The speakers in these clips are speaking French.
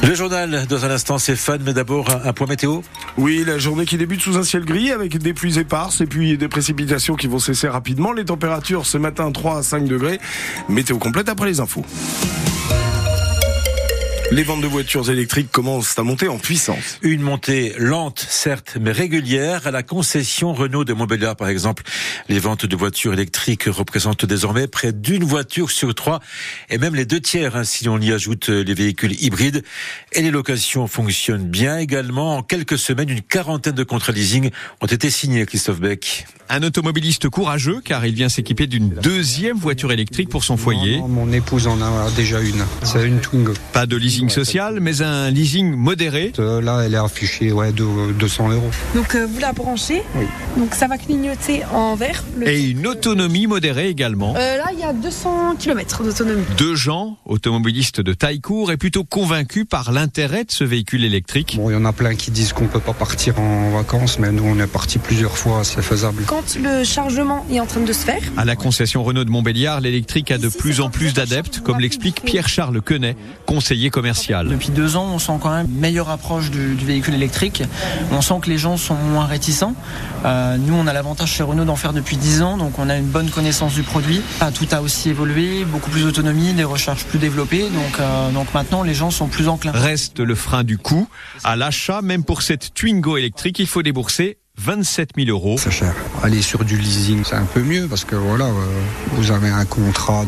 Le journal, dans un instant, c'est fun, mais d'abord un point météo. Oui, la journée qui débute sous un ciel gris avec des pluies éparses et puis des précipitations qui vont cesser rapidement. Les températures ce matin 3 à 5 degrés. Météo complète après les infos. Les ventes de voitures électriques commencent à monter en puissance. Une montée lente, certes, mais régulière. À la concession Renault de Montbéliard, par exemple, les ventes de voitures électriques représentent désormais près d'une voiture sur 3, et même les 2/3, si on y ajoute les véhicules hybrides. Et les locations fonctionnent bien également. En quelques semaines, une quarantaine de contrats leasing ont été signés, Christophe Beck. Un automobiliste courageux, car il vient s'équiper d'une deuxième voiture électrique pour son foyer. Non, mon épouse en a déjà une. C'est une Twingo. Pas de leasing social, mais un leasing modéré. Là, elle est affichée de 200 €. Donc vous la branchez, oui. Donc ça va clignoter en vert. Et une autonomie modérée également. Là, il y a 200 km d'autonomie. Jean, automobiliste de Taillecourt, est plutôt convaincu par l'intérêt de ce véhicule électrique. Bon, il y en a plein qui disent qu'on peut pas partir en vacances, mais nous, on est partis plusieurs fois, c'est faisable. Quand le chargement est en train de se faire. À la concession Renault de Montbéliard, l'électrique a de plus en plus d'adeptes, comme l'explique Pierre-Charles Quenet, conseiller commercial. Depuis 2 ans, on sent quand même une meilleure approche du véhicule électrique. On sent que les gens sont moins réticents. Nous, on a l'avantage chez Renault d'en faire depuis 10 ans, donc on a une bonne connaissance du produit. Tout a aussi évolué, beaucoup plus d'autonomie, des recharges plus développées, donc maintenant les gens sont plus enclins. Reste le frein du coût. À l'achat, même pour cette Twingo électrique, il faut débourser 27 000 €. C'est cher. Aller sur du leasing, c'est un peu mieux parce que voilà, vous avez un contrat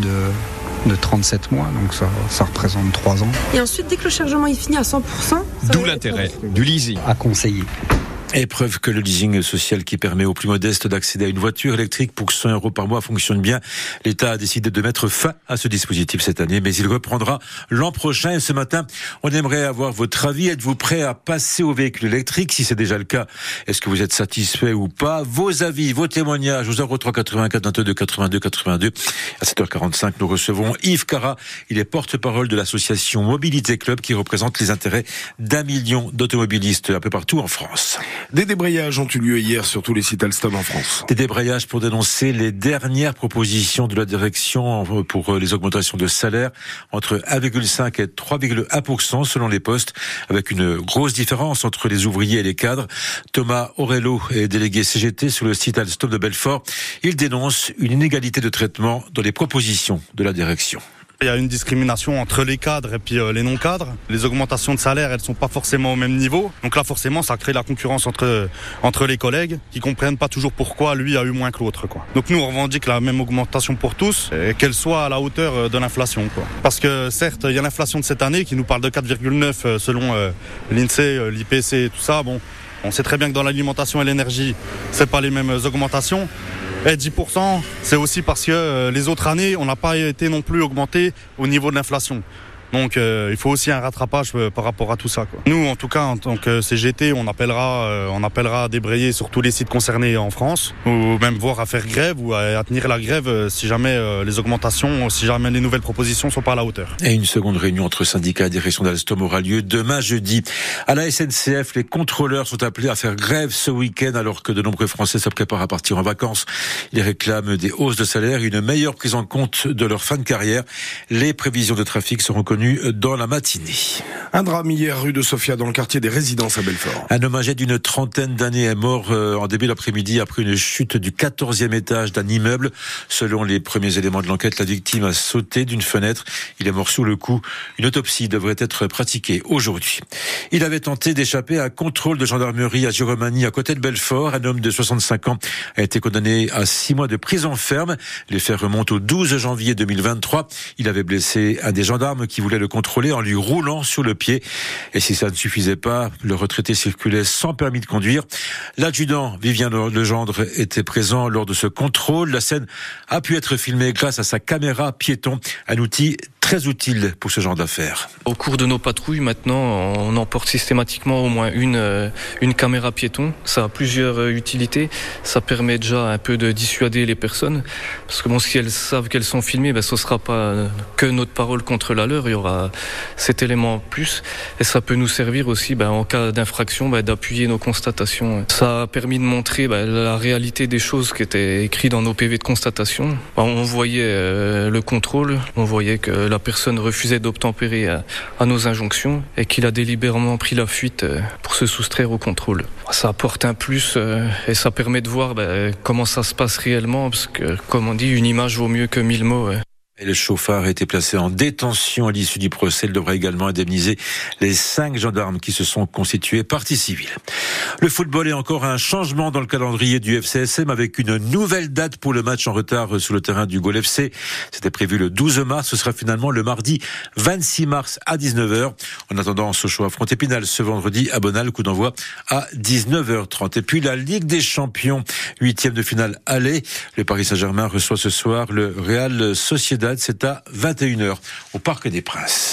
de 37 mois, donc ça représente 3 ans. Et ensuite, dès que le chargement est fini à 100%... D'où l'intérêt du leasing. À conseiller. Épreuve que le leasing social qui permet aux plus modestes d'accéder à une voiture électrique pour 100 € par mois fonctionne bien. L'État a décidé de mettre fin à ce dispositif cette année, mais il reprendra l'an prochain. Et ce matin, on aimerait avoir votre avis. Êtes-vous prêt à passer au véhicule électrique? Si c'est déjà le cas, est-ce que vous êtes satisfait ou pas? Vos avis, vos témoignages aux 03 84 22 82 82. À 7h45, nous recevons Yves Cara. Il est porte-parole de l'association Mobilité Club qui représente les intérêts d'1 million d'automobilistes un peu partout en France. Des débrayages ont eu lieu hier sur tous les sites Alstom en France. Des débrayages pour dénoncer les dernières propositions de la direction pour les augmentations de salaire entre 1,5 et 3,1% selon les postes, avec une grosse différence entre les ouvriers et les cadres. Thomas Aurello est délégué CGT sur le site Alstom de Belfort. Il dénonce une inégalité de traitement dans les propositions de la direction. Il y a une discrimination entre les cadres et puis les non-cadres. Les augmentations de salaire, elles sont pas forcément au même niveau. Donc là, forcément, ça crée la concurrence entre les collègues qui comprennent pas toujours pourquoi lui a eu moins que l'autre, quoi. Donc nous, on revendique la même augmentation pour tous et qu'elle soit à la hauteur de l'inflation, quoi. Parce que certes, il y a l'inflation de cette année qui nous parle de 4,9 selon l'INSEE, l'IPC, tout ça. Bon, on sait très bien que dans l'alimentation et l'énergie, c'est pas les mêmes augmentations. Et 10%, c'est aussi parce que les autres années, on n'a pas été non plus augmenté au niveau de l'inflation. Donc il faut aussi un rattrapage par rapport à tout ça, quoi. Nous, en tout cas, en tant que CGT, on appellera à débrayer sur tous les sites concernés en France, ou même voire à faire grève ou à tenir la grève si jamais les augmentations, si jamais les nouvelles propositions sont pas à la hauteur. Et une seconde réunion entre syndicats et direction d'Alstom aura lieu demain jeudi. À la SNCF, les contrôleurs sont appelés à faire grève ce week-end alors que de nombreux Français se préparent à partir en vacances. Ils réclament des hausses de salaire et une meilleure prise en compte de leur fin de carrière. Les prévisions de trafic seront connues dans la matinée. Un drame hier rue de Sofia dans le quartier des Résidences à Belfort. Un homme âgé d'une trentaine d'années est mort en début d'après-midi après une chute du 14e étage d'un immeuble. Selon les premiers éléments de l'enquête, la victime a sauté d'une fenêtre. Il est mort sur le coup. Une autopsie devrait être pratiquée aujourd'hui. Il avait tenté d'échapper à un contrôle de gendarmerie à Giromagny, à côté de Belfort. Un homme de 65 ans a été condamné à 6 mois de prison ferme. Les faits remontent au 12 janvier 2023. Il avait blessé un des gendarmes qui voulait le contrôler en lui roulant sur le pied. Et si ça ne suffisait pas, le retraité circulait sans permis de conduire. L'adjudant Vivien Legendre était présent lors de ce contrôle. La scène a pu être filmée grâce à sa caméra piéton, un outil très utile pour ce genre d'affaires. Au cours de nos patrouilles, maintenant, on emporte systématiquement au moins une caméra piéton. Ça a plusieurs utilités. Ça permet déjà un peu de dissuader les personnes. Parce que bon, si elles savent qu'elles sont filmées, ce ne sera pas que notre parole contre la leur. Il y aura cet élément en plus. Et ça peut nous servir aussi, en cas d'infraction, d'appuyer nos constatations. Ça a permis de montrer la réalité des choses qui étaient écrites dans nos PV de constatation. On voyait le contrôle, on voyait que la personne refusait d'obtempérer à nos injonctions et qu'il a délibérément pris la fuite pour se soustraire au contrôle. Ça apporte un plus et ça permet de voir comment ça se passe réellement, parce que, comme on dit, une image vaut mieux que 1000 mots. Et le chauffard a été placé en détention à l'issue du procès. Il devra également indemniser les 5 gendarmes qui se sont constitués partie civile. Le football est encore un changement dans le calendrier du FCSM avec une nouvelle date pour le match en retard sur le terrain du Gol FC. C'était prévu le 12 mars. Ce sera finalement le mardi 26 mars à 19h. En attendant, Sochaux affronte Épinal ce vendredi à Bonal. Coup d'envoi à 19h30. Et puis la Ligue des Champions, 8e de finale aller. Le Paris Saint-Germain reçoit ce soir le Real Sociedad. C'est à 21h au Parc des Princes.